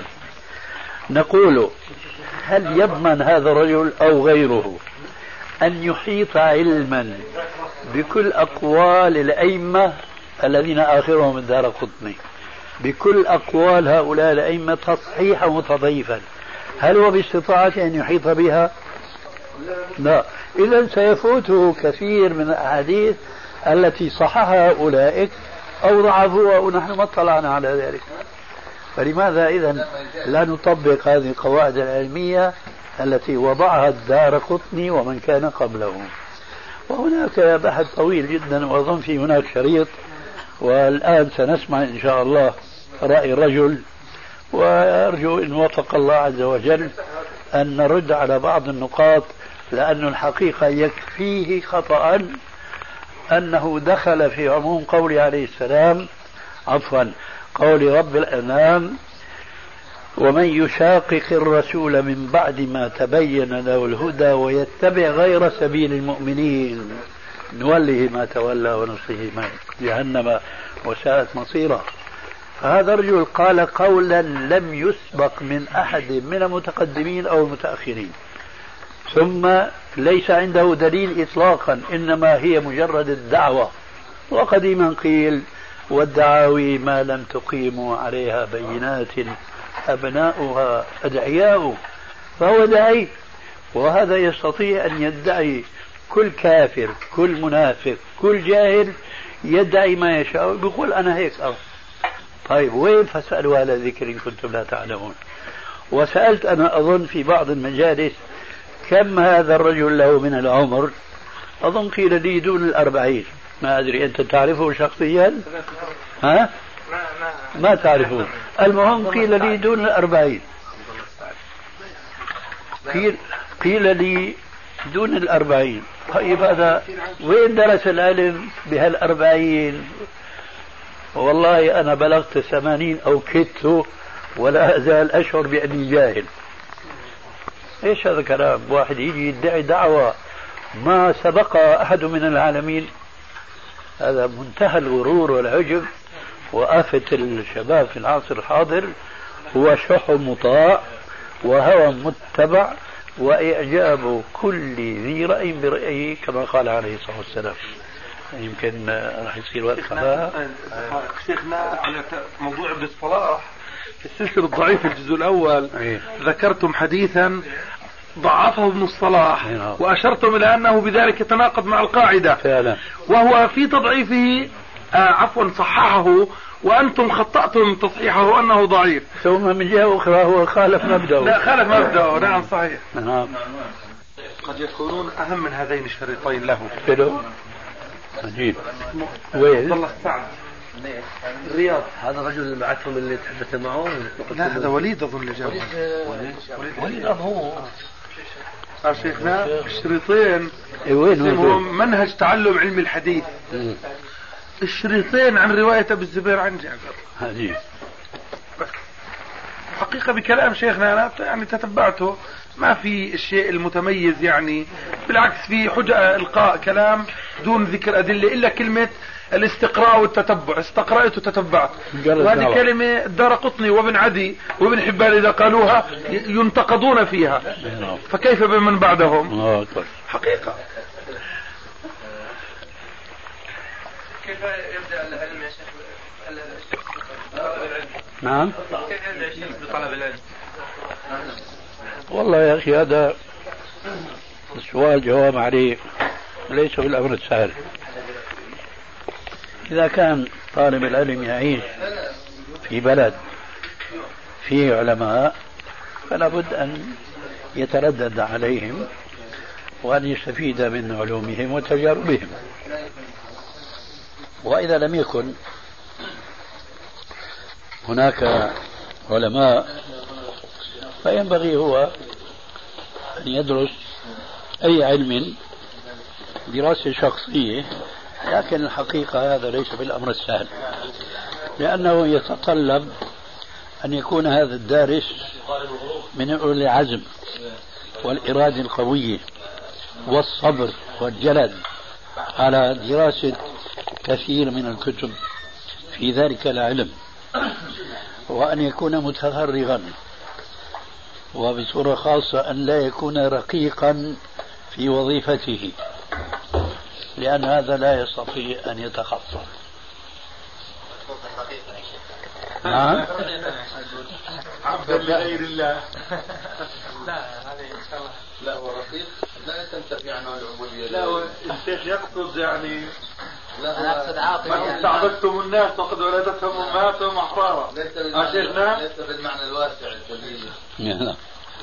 Speaker 10: نقول هل يضمن هذا الرجل أو غيره أن يحيط علما بكل أقوال الأئمة الذين آخرهم الدارقطني، بكل أقوال هؤلاء الأئمة تصحيحا وتضعيفا؟ هل هو باستطاعته أن يحيط بها؟ لا. إذن سيفوته كثير من الأحاديث التي صححها أولئك أو ضعفوها ونحن ما اطلعنا على ذلك. فلماذا إذن لا نطبق هذه القواعد العلمية التي وضعها الدارقطني ومن كان قبله؟ وهناك بحث طويل جدا، وأظن في هناك شريط، والآن سنسمع إن شاء الله رأي الرجل، وأرجو إن وفق الله عز وجل أن نرد على بعض النقاط، لأن الحقيقة يكفيه خطأ أنه دخل في عموم قوله عليه السلام عفوا قول رب الأنام ومن يشاقق الرسول من بعد ما تبين له الهدى ويتبع غير سبيل المؤمنين نوله ما تولى ونصله ما جهنم وساءت مصيره. فهذا الرجل قال قولا لم يسبق من أحد من المتقدمين أو المتأخرين، ثم ليس عنده دليل إطلاقا، إنما هي مجرد الدعوة. وقديما قيل والدعاوي ما لم تقيموا عليها بينات أبناؤها أدعياء. فهو داعي، وهذا يستطيع أن يدعي. كل كافر، كل منافق، كل جاهل يدعي ما يشاء، بيقول أنا هيك أو. طيب وين؟ فاسألوا أهل الذكر إن كنتم لا تعلمون. وسألت أنا أظن في بعض المجالس كم هذا الرجل له من العمر؟ أظن قيل لي دون الأربعين. ما أدري، أنت تعرفه شخصيا؟ ها؟
Speaker 8: ما ما
Speaker 10: ما تعرفون. المهم قيل لي دون الأربعين، قيل, قيل لي دون الأربعين. طيب هذا وين درس العلم بهالأربعين؟ والله أنا بلغت ثمانين أو كدت ولا أزال أشعر بأني جاهل. إيش هذا كلام؟ واحد يجي يدعي دعوة ما سبق أحد من العالمين، هذا منتهى الغرور والعجب. وآفة الشباب في العصر الحاضر هو شح مطاع وهوى متبع وإعجاب كل ذي رأي برأيه كما قال عليه الصلاة والسلام. يمكن راح يصير وقت خلاها.
Speaker 9: شيخنا على موضوع ابن الصلاح في السلسلة الضعيفة الجزء الأول
Speaker 10: أيه.
Speaker 9: ذكرتم حديثا ضعفه ابن الصلاح
Speaker 10: أيه.
Speaker 9: وأشرتم إلى أنه بذلك يتناقض مع القاعدة
Speaker 10: فعلا.
Speaker 9: وهو في تضعيفه آه عفوا صححه وأنتم خطأتم تصحيحه أنه ضعيف.
Speaker 10: ثم من جهة أخرى هو خالف مبدأه.
Speaker 9: لا خالف مبدأه. نعم صحيح.
Speaker 10: نعم.
Speaker 9: قد يكونون أهم من هذين الشريطين له.
Speaker 10: حلو. عجيب. وين؟
Speaker 9: والله السعد الرياض.
Speaker 3: هذا الرجل اللي بعثهم اللي تحدث معه؟
Speaker 9: لا هذا وليد أظن اللي جابه.
Speaker 3: وليد وليد هو
Speaker 9: قال شيخنا الشريطين
Speaker 10: وين
Speaker 9: منهج تعلم علم الحديث. م. الشريطين عن رواية أبي الزبير عن جابر.
Speaker 10: هذه
Speaker 9: حقيقة بكلام شيخنا أنا يعني تتبعته ما في الشيء المتميز، يعني بالعكس في حجة إلقاء كلام دون ذكر أدلة إلا كلمة الاستقراء والتتبع. استقرأت وتتبعت، وهذه كلمة الدارقطني وابن عدي وابن حبان إذا قالوها ينتقدون فيها، فكيف بمن بعدهم؟ حقيقة.
Speaker 8: كيف يبدأ العلم يا شيخ؟
Speaker 10: نعم.
Speaker 8: كيف يبدأ الشيخ بطلب العلم؟
Speaker 10: والله يا أخي هذا السؤال جواب عليه ليس بالأمر السهل. إذا كان طالب العلم يعيش في بلد فيه علماء فلا بد أن يتردد عليهم وأن يستفيد من علومهم وتجاربهم. وإذا لم يكن هناك علماء فينبغي هو أن يدرس أي علم دراسة شخصية، لكن الحقيقة هذا ليس بالأمر السهل، لأنه يتطلب أن يكون هذا الدارس من أولي العزم والإرادة القوية والصبر والجلد على دراسة كثير من الكتب في ذلك العلم، وأن يكون متفرغا، وبصورة خاصة أن لا يكون رقيقا في وظيفته، لأن هذا لا يستطيع أن يتخصص. نعم.
Speaker 9: عبدا لغير الله.
Speaker 8: لا هذه إن شاء الله.
Speaker 7: لا هو رقيق لا تنتفي عنه العبودية.
Speaker 9: لا الشيخ يقصد يعني
Speaker 7: أنا أقصد عاطفة.
Speaker 9: ما استعبدتم الناس وقد ولدتهم أمهاتهم أحرارا.
Speaker 7: ليس بالمعنى الواسع الكبير.
Speaker 10: نعم.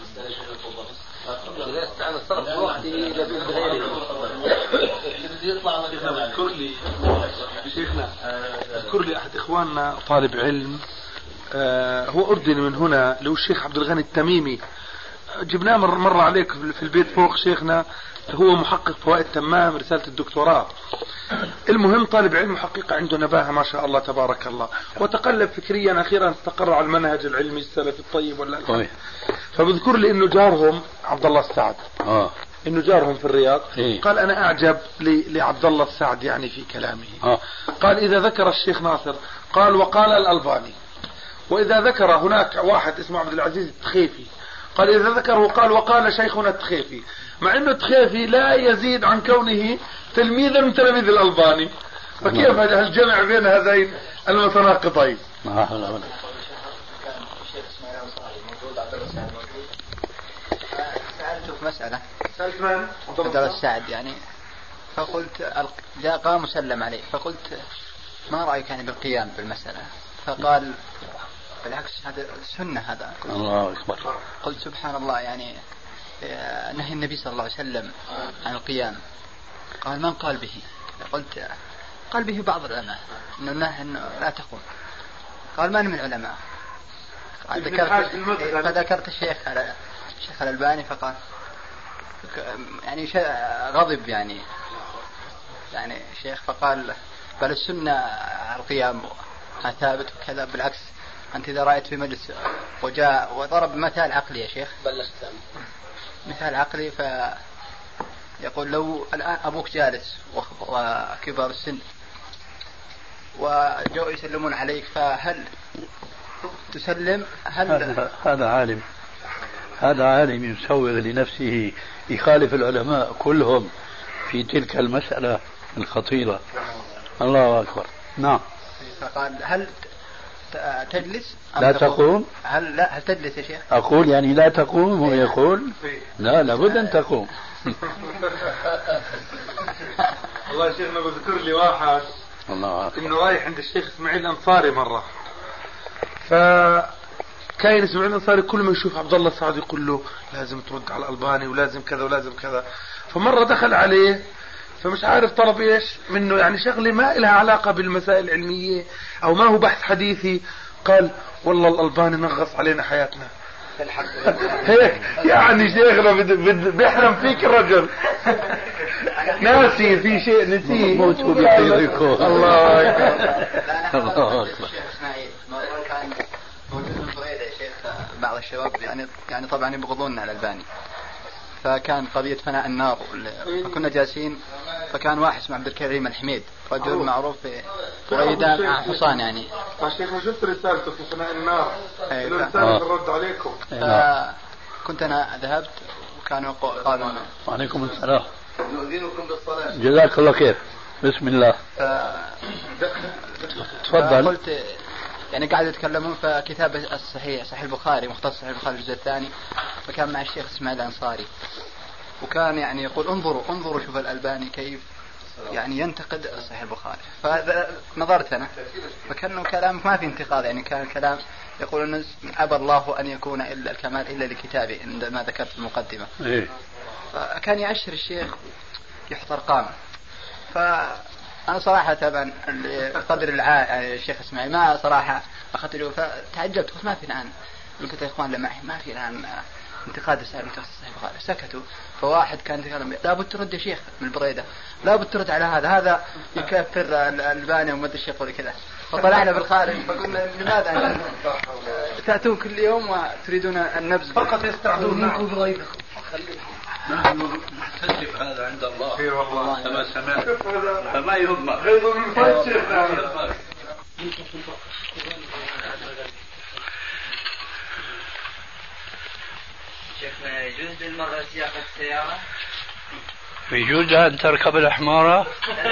Speaker 7: إذا استعمل الصرف بوقته لبيد غيره يطلع من
Speaker 9: اذكر لي شيخنا اذكر لي أحد إخواننا طالب علم آه هو أردني من هنا له الشيخ عبد الغني التميمي، جبناه مرة عليك في البيت فوق شيخنا، هو محقق فوائد تمام رسالة الدكتوراه. المهم طالب علم حقيقة عنده نباهة ما شاء الله تبارك الله، وتقلب فكريا أخيرا استقر على المنهج العلمي السلفي الطيب ولا. فبذكر لي إنه جارهم عبد الله السعد
Speaker 10: آه.
Speaker 9: إنه جارهم في الرياض.
Speaker 10: إيه؟
Speaker 9: قال أنا أعجب لعبد الله السعد يعني في كلامه.
Speaker 10: آه.
Speaker 9: قال إذا ذكر الشيخ ناصر قال وقال الألباني، وإذا ذكر هناك واحد اسمه عبد العزيز التخيفي قال إذا ذكره قال وقال شيخنا التخيفي، مع أنه التخيفي لا يزيد عن كونه تلميذا من تلاميذ الألباني، فكيف هذا الجمع بين هذين المتناقضين؟
Speaker 10: ما حول ولا
Speaker 11: سألته في مسألة.
Speaker 9: سألت من؟
Speaker 11: عبد الله السعد يعني، فقلت جاء قام وسلم عليه، فقلت ما رأيك يعني بالقيام بالمسألة؟ فقال بالعكس هذا السنة هذا.
Speaker 10: الله أكبر.
Speaker 11: قلت سبحان الله يعني نهي النبي صلى الله عليه وسلم عن القيام. قال من قال به؟ قلت قال به بعض العلماء انه نهي انه لا تقوم. قال ما من العلماء. ذكرت فذكرت الشيخ على الشيخ الألباني فقال يعني غضب يعني يعني الشيخ فقال بل السنة القيام ثابت وكذا، بالعكس أنت إذا رأيت في مجلس وجاء وضرب مثال عقلي يا شيخ، مثال عقلي فيقول لو الآن أبوك جالس وكبار السن وجاءوا يسلمون عليك فهل تسلم؟ هل
Speaker 10: هذا, هذا عالم هذا عالم يسوغ لنفسه يخالف العلماء كلهم في تلك المسألة الخطيرة. الله أكبر. نعم.
Speaker 11: فقال هل تجلس أم
Speaker 10: لا تقوم؟
Speaker 11: هل لا هل تجلس يا شيخ؟
Speaker 10: أقول يعني لا تقوم، هو يقول لا لابد أن تقوم.
Speaker 9: والله يا شيخنا بذكر لي واحد
Speaker 10: الله
Speaker 9: إنه رايح عند الشيخ إسماعيل الأنصاري مرة، فكاين إسماعيل الأنصاري كل ما يشوف عبد الله السعد يقول له لازم ترد على الألباني ولازم كذا ولازم كذا. فمرة دخل عليه فمش عارف طلب ايش منه، يعني شغله ما لها علاقة بالمسائل العلمية او ما هو بحث حديثي. قال والله الألباني نغص علينا حياتنا. هيك يعني شيخنا بيحرم فيك الرجل ناسي في شيء نسيه.
Speaker 10: موتوا بحيضكم.
Speaker 9: الله
Speaker 10: الله
Speaker 11: اكبر. كان موجود من بريدة يا شيخ بعض الشباب يعني يعني طبعا يبغضون على الألباني، فكان قضية فناء النار فكنا جالسين، فكان واحد اسمه عبد الكريم الحميد رجل معروف في بريدة مع حصان يعني.
Speaker 9: الشيخ شفت رسالته في فناء النار رسالة الرد عليكم.
Speaker 11: كنت أنا ذهبت وكانوا قالوا
Speaker 10: وعليكم السلام
Speaker 11: نؤذنكم بالصلاة.
Speaker 10: جزاك الله خير. بسم الله. تفضل.
Speaker 11: قلت يعني قاعد يتكلمون في كتاب الصحيح صحيح البخاري مختصر صحيح البخاري الجزء الثاني، فكان مع الشيخ اسماعيل الأنصاري وكان يعني يقول انظروا انظروا شوف الألباني كيف يعني ينتقد صحيح البخاري. فنظرت أنا فكانه كلام ما في انتقاد، يعني كان الكلام يقول أن أبى الله أن يكون إلا الكمال إلا لكتابه عندما ذكرت في المقدمة.
Speaker 10: إيه.
Speaker 11: فكان يأشر الشيخ يحضر قام. فأنا صراحة طبعا قدر العاء يعني الشيخ اسماعيل ما صراحة أخذت له فتعجبت قلت ما في الآن، قلت يا إخوان اللي معي ما في الآن انتقاد رسالة من صحيح البخاري. سكتوا. فواحد كان يتكلم لابد ترد يا شيخ من البريدة، لابد ترد على هذا هذا يكفر الألباني وما ادري ايش يقول كذا. فطلعنا بالخارج فقلنا لماذا تأتون كل يوم وتريدون النبذ
Speaker 9: فقط يستعدون منكم بغيره.
Speaker 10: نحن نحتسب هذا عند الله.
Speaker 9: اي والله
Speaker 10: كما سمعت فما يهمك.
Speaker 9: غيظ من فجر.
Speaker 12: شيخنا يجوز للمرأة سياقة السيارة؟
Speaker 10: يجوز أن تركب الحمارة؟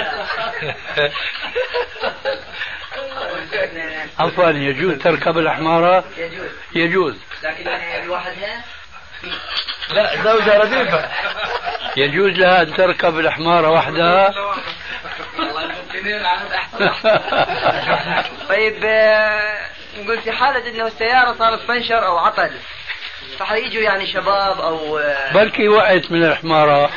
Speaker 10: عفوا يجوز تركب الحمارة؟
Speaker 12: يجوز
Speaker 10: يجوز
Speaker 12: لكن يعني لوحدها؟
Speaker 10: لا زوجة رديفة. يجوز لها أن تركب الحمارة وحدها؟
Speaker 12: طيب نقول في حالة أنه السيارة صارت فنشر أو عطل فحيجوا يعني شباب أو
Speaker 10: بلكي وقعت من الحمارة.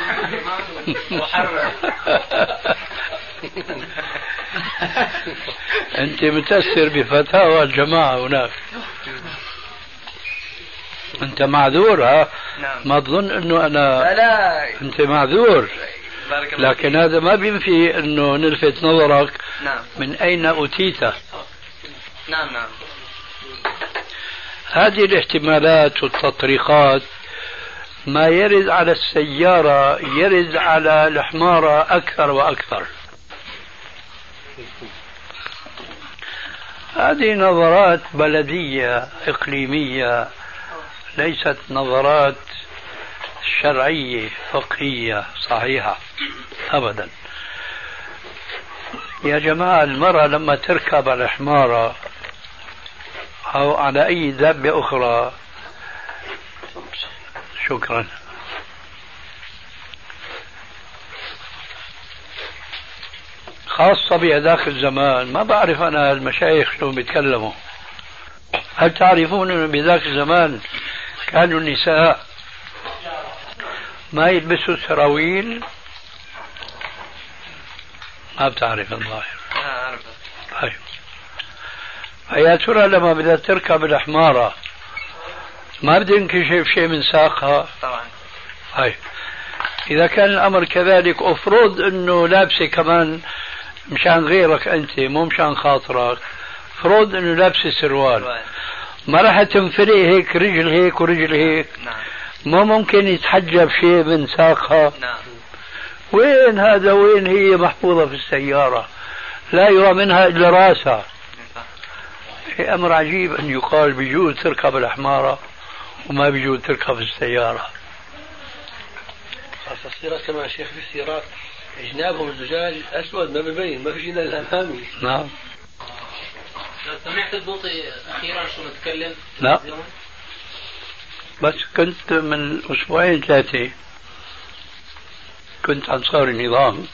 Speaker 10: أنت متأثر بفتاوى الجماعة هناك. أنت معذور. ها ما تظن أنه أنا
Speaker 12: لا.
Speaker 10: أنت معذور لكن هذا ما بينفي أنه نلفت نظرك.
Speaker 12: نعم.
Speaker 10: من أين أتيت.
Speaker 12: نعم نعم.
Speaker 10: هذه الاحتمالات والتطريقات ما يرد على السيارة يرد على الحمارة أكثر وأكثر. هذه نظرات بلدية إقليمية ليست نظرات شرعية فقهية صحيحة أبدا. يا جماعة المرأة لما تركب على الحمارة أو على أي دابة أخرى شكرا خاصة بهذاك الزمان ما بعرف أنا المشايخ شلون بيتكلموا. هل تعرفون أنه بذاك الزمان كانوا النساء ما يلبسوا سراويل؟ ما بتعرف الظاهر.
Speaker 12: لا أعرف.
Speaker 10: طيب يا ترى لما بدها تركب الحمارة ما بدها ينكشف شيء من ساقها؟
Speaker 8: طبعا.
Speaker 10: هاي إذا كان الأمر كذلك أفرض أنه لابسة كمان مشان غيرك أنت مو مشان خاطرك، فرض أنه لابسة سروال ما راح تنفرق هيك رجل هيك ورجل هيك.
Speaker 8: نعم.
Speaker 10: ما ممكن يتحجب شيء من ساقها.
Speaker 8: نعم.
Speaker 10: وين هذا؟ وين هي محفوظة في السيارة لا يرى منها إلا راسها. أمر عجيب أن يقال بيجوز تركب الحمارة وما بيجوز تركب السيارة.
Speaker 3: السيارات كمان شيخ في السيارات جنابهم الزجاج أسود ما ببين، ما في شيء إلا الأمامي.
Speaker 10: نعم.
Speaker 13: سمعت البوطي أخيرا شو نتكلم؟
Speaker 10: لا بس كنت من أسبوعين ثلاثة كنت أنصار النظام،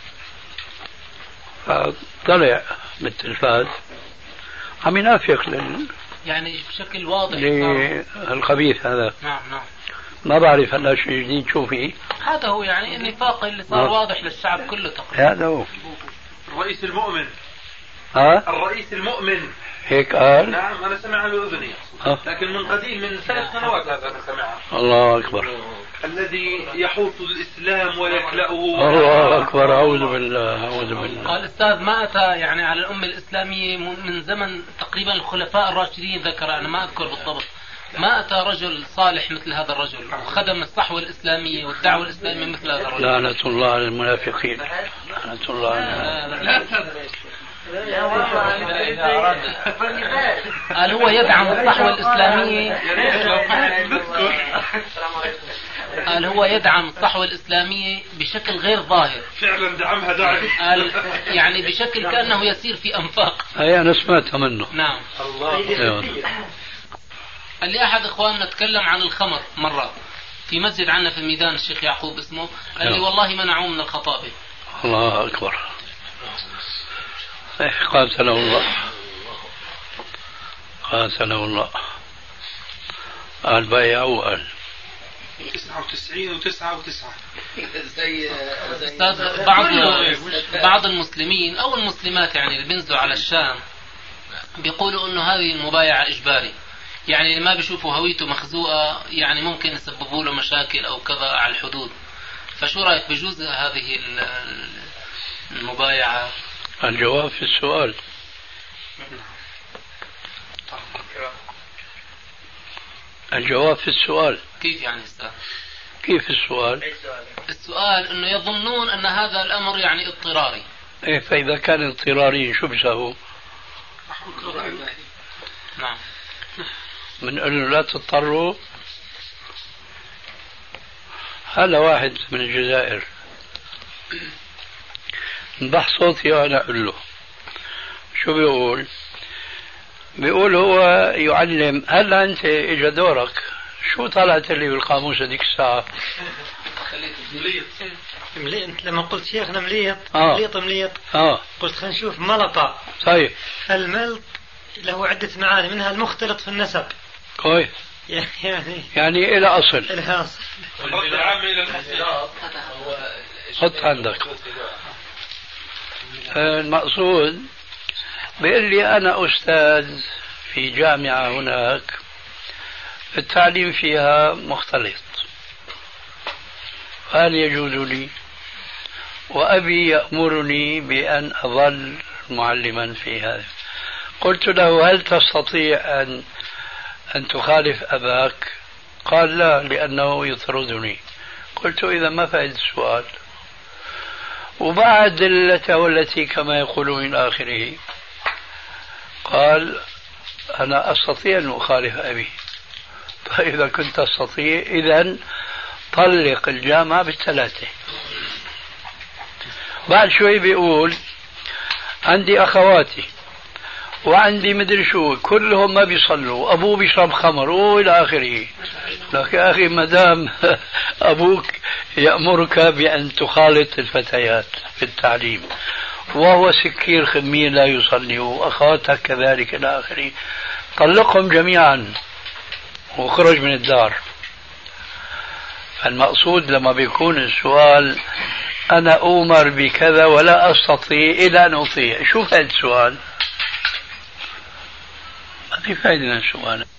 Speaker 10: فطلع بالتلفاز عم ينافق لل
Speaker 13: يعني بشكل واضح
Speaker 10: للخبيث هذا.
Speaker 13: نعم نعم.
Speaker 10: ما بعرف هلا شيء جديد شو فيه.
Speaker 13: هذا هو يعني النفاق اللي صار
Speaker 10: نعم.
Speaker 13: واضح للشعب كله تقريبا.
Speaker 10: هذا هو
Speaker 9: الرئيس المؤمن.
Speaker 10: ها؟
Speaker 9: الرئيس المؤمن
Speaker 10: هيك قال؟
Speaker 9: نعم أنا سمعها بأذني، لكن من قديم من ثلاث سنوات هذا أنا سمعها.
Speaker 10: الله أكبر.
Speaker 9: الذي يحوط الإسلام ويكلأه.
Speaker 10: الله أكبر. أعوذ بالله أعوذ بالله.
Speaker 13: قال الأستاذ ما أتى يعني على الأمة الإسلامية من زمن تقريبا الخلفاء الراشدين، ذكر أنا ما أذكر بالضبط، ما أتى رجل صالح مثل هذا الرجل وخدم الصحوة الإسلامية والدعوة الإسلامية مثل هذا الرجل.
Speaker 10: لعنة الله على المنافقين. لعنة الله على
Speaker 13: قال هو يدعم الصحوة الإسلامية. قال هو يدعم الصحوة الإسلامية بشكل غير ظاهر.
Speaker 9: فعلا دعمها دعم.
Speaker 13: قال يعني بشكل كأنه يسير في أنفاق.
Speaker 10: هي أنا سمعتها منه.
Speaker 13: نعم.
Speaker 9: الله.
Speaker 13: قال لي أحد إخواننا تكلم عن الخمر مرة في مسجد عنا في الميدان، الشيخ يعقوب اسمه، قال لي والله منعوه من الخطابة.
Speaker 10: الله أكبر. قاتله الله قاتله الله. قال بايعوا قال
Speaker 9: تسعة وتسعين وتسعة وتسعة.
Speaker 13: أستاذ بعض بعض المسلمين أو المسلمات يعني اللي بينزلوا على الشام بيقولوا إنه هذه المبايعة إجباري، يعني ما بيشوفوا هويته مخزوقة يعني ممكن يسببوا له مشاكل أو كذا على الحدود. فشو رأيك بجوز هذه المبايعة؟
Speaker 10: الجواب في السؤال. الجواب في السؤال.
Speaker 13: كيف يعني أستاذ؟
Speaker 10: كيف السؤال؟
Speaker 13: السؤال انه يظنون ان هذا الامر يعني اضطراري.
Speaker 10: ايه فاذا كان اضطراري شو بيساووا؟
Speaker 13: نعم.
Speaker 10: بنقول له لا تضطروا. هلا واحد من الجزائر انبح صوتي وانا اقول له شو بيقول؟ بيقول هو يعلم. هلا انت اجى دورك شو طلعت لي بالقاموس هذيك الساعة؟
Speaker 14: مليط. مليط لما قلت شيخنا مليط.
Speaker 10: آه.
Speaker 14: مليط مليط.
Speaker 10: آه.
Speaker 14: قلت خلينا نشوف ملطة.
Speaker 10: طيب.
Speaker 14: الملط له عدة معاني منها المختلط في النسب.
Speaker 10: كويس.
Speaker 14: يعني
Speaker 10: يعني إلى أصل.
Speaker 14: إلى أصل.
Speaker 10: حط عندك. المقصود بيقول لي أنا أستاذ في جامعة هناك التعليم فيها مختلط، هل يجوز لي؟ وأبي يأمرني بأن أظل معلما في هذا. قلت له هل تستطيع أن أن تخالف أباك؟ قال لا لأنه يطردني. قلت إذا ما فائدة السؤال؟ وبعد التي والتي كما يقولون إلى آخره. قال أنا أستطيع أن أخالف أبي. فإذا كنت أستطيع إذن طلق الجامعة بالثلاثة. بعد شوي بيقول عندي أخواتي وعندي مدري شو كلهم ما بيصلوا، أبوه بيشرب خمر وإلى آخره. لك يا أخي مدام أبوك يأمرك بأن تخالط الفتيات في التعليم وهو سكير خمير لا يصلي وأخواتك كذلك إلى آخره، طلقهم جميعا وخرج من الدار. المقصود لما بيكون السؤال أنا أؤمر بكذا ولا أستطيع إلا أن أطيع، شو فائدة السؤال؟
Speaker 4: في فائدة من السؤال.